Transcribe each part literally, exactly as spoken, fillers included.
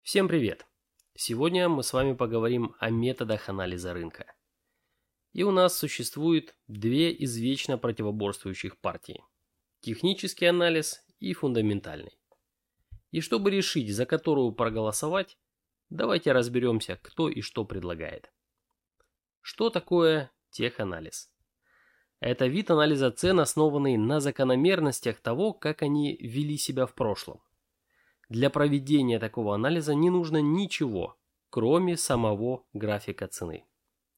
Всем привет! Сегодня мы с вами поговорим о методах анализа рынка. И у нас существует две извечно противоборствующих партии – технический анализ и фундаментальный. И чтобы решить, за которую проголосовать, давайте разберемся, кто и что предлагает. Что такое теханализ? Это вид анализа цен, основанный на закономерностях того, как они вели себя в прошлом. Для проведения такого анализа не нужно ничего, кроме самого графика цены.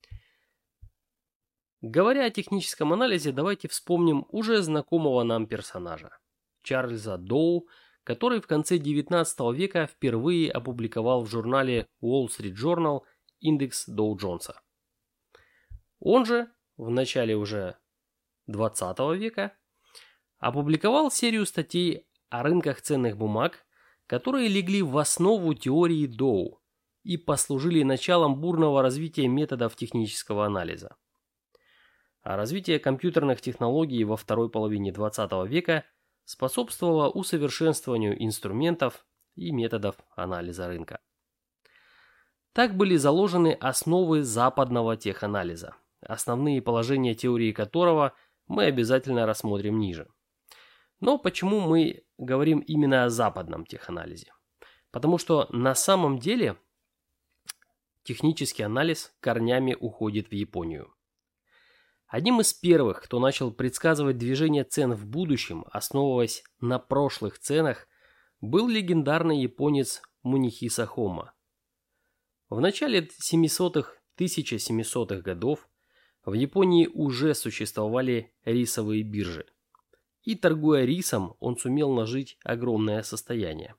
Говоря о техническом анализе, давайте вспомним уже знакомого нам персонажа – Чарльза Доу, который в конце девятнадцатого века впервые опубликовал в журнале Wall Street Journal индекс Доу-Джонса. Он же в начале уже двадцатого века опубликовал серию статей о рынках ценных бумаг, которые легли в основу теории Доу и послужили началом бурного развития методов технического анализа. А развитие компьютерных технологий во второй половине двадцатого века способствовало усовершенствованию инструментов и методов анализа рынка. Так были заложены основы западного теханализа, основные положения теории которого мы обязательно рассмотрим ниже. Но почему мы говорим именно о западном теханализе? Потому что на самом деле технический анализ корнями уходит в Японию. Одним из первых, кто начал предсказывать движение цен в будущем, основываясь на прошлых ценах, был легендарный японец Мунихиса Хома. В начале семисотых - тысяча семисотых годов в Японии уже существовали рисовые биржи. И торгуя рисом, он сумел нажить огромное состояние.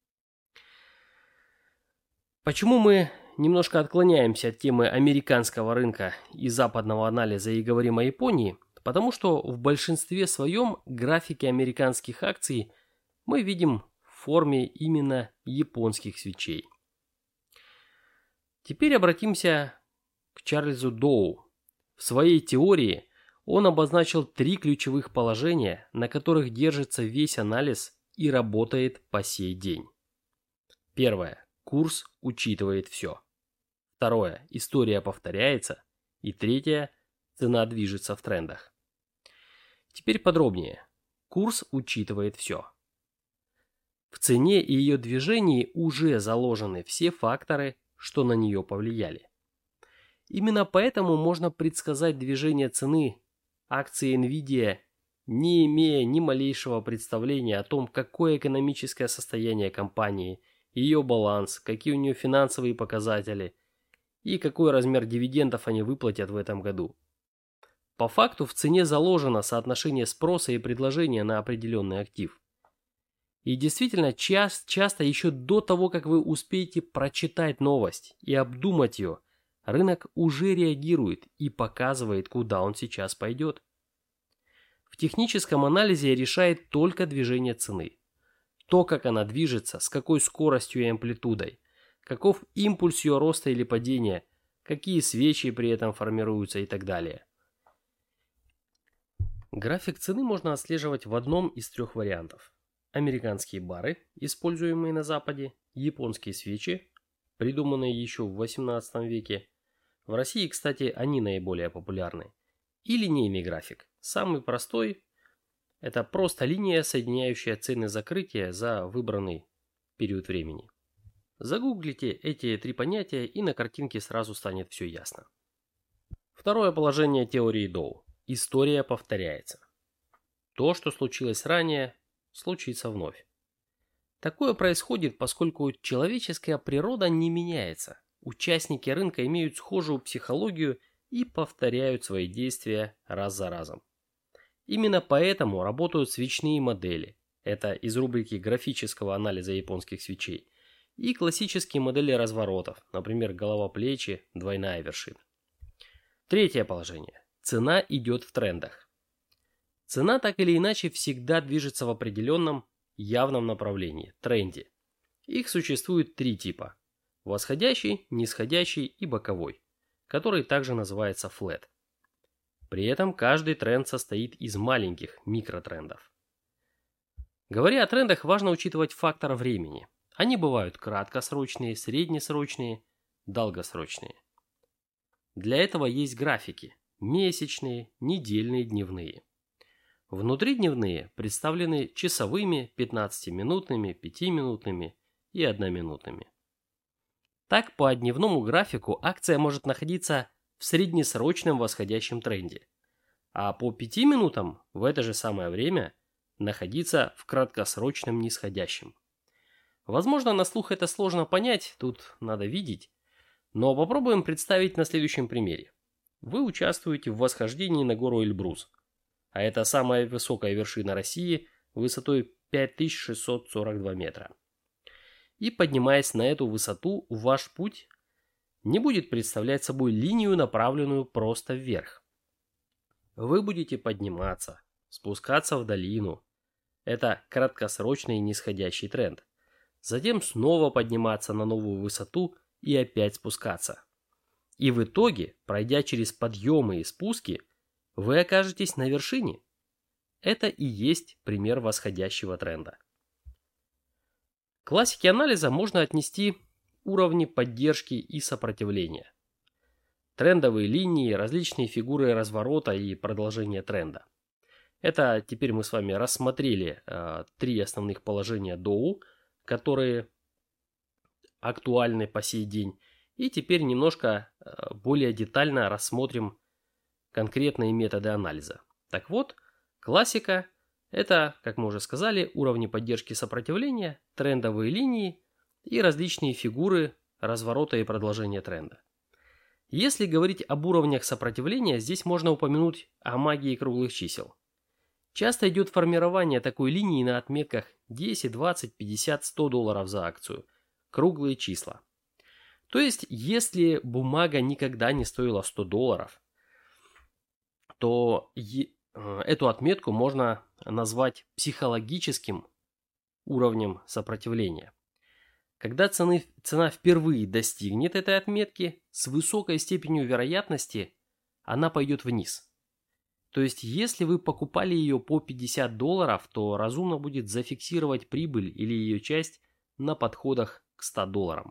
Почему мы немножко отклоняемся от темы американского рынка и западного анализа и говорим о Японии? Потому что в большинстве своем графики американских акций мы видим в форме именно японских свечей. Теперь обратимся к Чарльзу Доу. В своей теории он обозначил три ключевых положения, на которых держится весь анализ и работает по сей день. Первое. Курс учитывает все. Второе. История повторяется. И третье. Цена движется в трендах. Теперь подробнее. Курс учитывает все. В цене и ее движении уже заложены все факторы, что на нее повлияли. Именно поэтому можно предсказать движение цены акции Nvidia, не имея ни малейшего представления о том, какое экономическое состояние компании, ее баланс, какие у нее финансовые показатели и какой размер дивидендов они выплатят в этом году. По факту в цене заложено соотношение спроса и предложения на определенный актив. И действительно, час, часто еще до того, как вы успеете прочитать новость и обдумать ее, рынок уже реагирует и показывает, куда он сейчас пойдет. В техническом анализе решает только движение цены. То, как она движется, с какой скоростью и амплитудой, каков импульс ее роста или падения, какие свечи при этом формируются и так далее. График цены можно отслеживать в одном из трех вариантов. Американские бары, используемые на Западе, японские свечи, придуманные еще в восемнадцатом веке. В России, кстати, они наиболее популярны. И линейный график. Самый простой – это просто линия, соединяющая цены закрытия за выбранный период времени. Загуглите эти три понятия, и на картинке сразу станет все ясно. Второе положение теории Доу. История повторяется. То, что случилось ранее, случится вновь. Такое происходит, поскольку человеческая природа не меняется. Участники рынка имеют схожую психологию и повторяют свои действия раз за разом. Именно поэтому работают свечные модели. Это из рубрики графического анализа японских свечей. И классические модели разворотов, например, голова-плечи, двойная вершина. Третье положение. Цена идет в трендах. Цена так или иначе всегда движется в определенном явном направлении, тренде. Их существует три типа. Восходящий, нисходящий и боковой, который также называется флэт. При этом каждый тренд состоит из маленьких микротрендов. Говоря о трендах, важно учитывать фактор времени. Они бывают краткосрочные, среднесрочные, долгосрочные. Для этого есть графики – месячные, недельные, дневные. Внутридневные представлены часовыми, пятнадцатиминутными, пятиминутными и одноминутными. Так, по дневному графику акция может находиться в среднесрочном восходящем тренде, а по пяти минутам в это же самое время находиться в краткосрочном нисходящем. Возможно, на слух это сложно понять, тут надо видеть, но попробуем представить на следующем примере. Вы участвуете в восхождении на гору Эльбрус, а это самая высокая вершина России высотой пять тысяч шестьсот сорок два метра. И поднимаясь на эту высоту, ваш путь не будет представлять собой линию, направленную просто вверх. Вы будете подниматься, спускаться в долину. Это краткосрочный нисходящий тренд. Затем снова подниматься на новую высоту и опять спускаться. И в итоге, пройдя через подъемы и спуски, вы окажетесь на вершине. Это и есть пример восходящего тренда. К классике анализа можно отнести уровни поддержки и сопротивления, трендовые линии, различные фигуры разворота и продолжения тренда. Это теперь мы с вами рассмотрели э, три основных положения Доу, которые актуальны по сей день. И теперь немножко э, более детально рассмотрим конкретные методы анализа. Так вот, классика – это, как мы уже сказали, уровни поддержки и сопротивления, трендовые линии и различные фигуры разворота и продолжения тренда. Если говорить об уровнях сопротивления, здесь можно упомянуть о магии круглых чисел. Часто идет формирование такой линии на отметках десять, двадцать, пятьдесят, сто долларов за акцию. Круглые числа. То есть, если бумага никогда не стоила сто долларов, то эту отметку можно назвать психологическим уровнем сопротивления. Когда цены, цена впервые достигнет этой отметки, с высокой степенью вероятности она пойдет вниз. То есть, если вы покупали ее по пятьдесят долларов, то разумно будет зафиксировать прибыль или ее часть на подходах к ста долларам.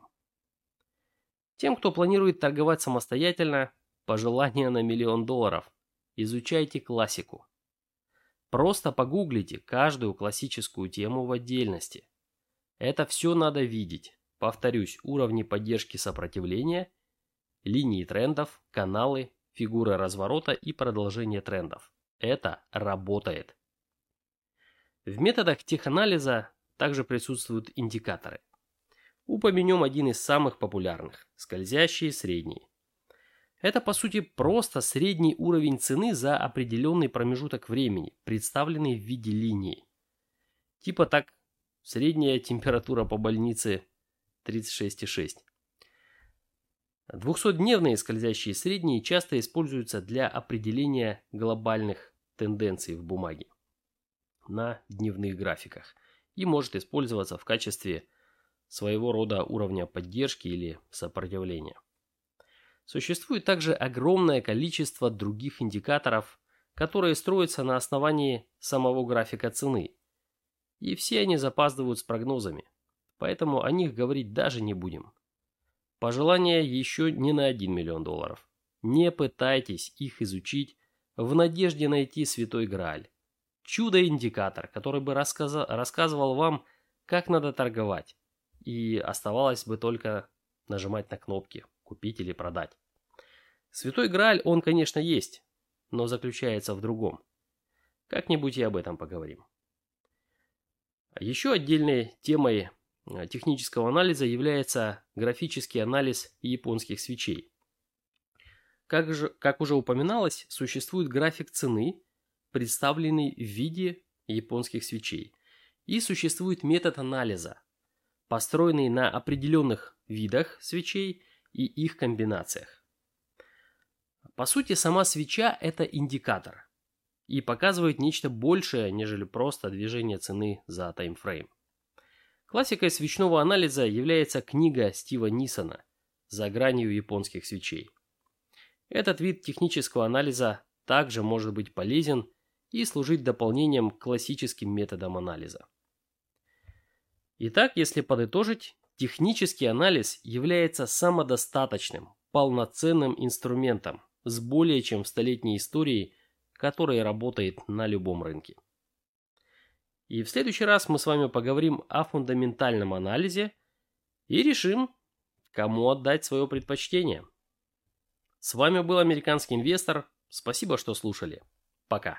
Тем, кто планирует торговать самостоятельно, пожелание на миллион долларов. Изучайте классику. Просто погуглите каждую классическую тему в отдельности. Это все надо видеть. Повторюсь, уровни поддержки сопротивления, линии трендов, каналы, фигуры разворота и продолжение трендов. Это работает. В методах теханализа также присутствуют индикаторы. Упомянем один из самых популярных – скользящие средние. Это по сути просто средний уровень цены за определенный промежуток времени, представленный в виде линии. Типа так, средняя температура по больнице тридцать шесть и шесть. двухсотдневные скользящие средние часто используются для определения глобальных тенденций в бумаге на дневных графиках и может использоваться в качестве своего рода уровня поддержки или сопротивления. Существует также огромное количество других индикаторов, которые строятся на основании самого графика цены. И все они запаздывают с прогнозами, поэтому о них говорить даже не будем. Пожелания еще не на один миллион долларов. Не пытайтесь их изучить в надежде найти святой Грааль. Чудо-индикатор, который бы рассказа- рассказывал вам, как надо торговать. И оставалось бы только нажимать на кнопки «Купить» или «Продать». Святой Грааль, он, конечно, есть, но заключается в другом. Как-нибудь и об этом поговорим. Еще отдельной темой технического анализа является графический анализ японских свечей. Как же, как уже упоминалось, существует график цены, представленный в виде японских свечей. И существует метод анализа, построенный на определенных видах свечей и их комбинациях. По сути, сама свеча – это индикатор и показывает нечто большее, нежели просто движение цены за таймфрейм. Классикой свечного анализа является книга Стива Нисона «За гранью японских свечей». Этот вид технического анализа также может быть полезен и служить дополнением к классическим методам анализа. Итак, если подытожить, технический анализ является самодостаточным, полноценным инструментом с более чем столетней историей, который работает на любом рынке. И в следующий раз мы с вами поговорим о фундаментальном анализе и решим, кому отдать свое предпочтение. С вами был Американский инвестор. Спасибо, что слушали. Пока.